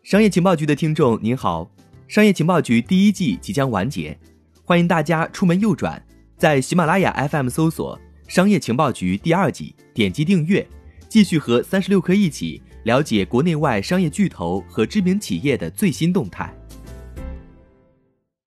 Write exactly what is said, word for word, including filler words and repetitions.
商业情报局的听众您好，商业情报局第一季即将完结，欢迎大家出门右转，在喜马拉雅 F M 搜索商业情报局第二季，点击订阅，继续和三十六氪一起了解国内外商业巨头和知名企业的最新动态。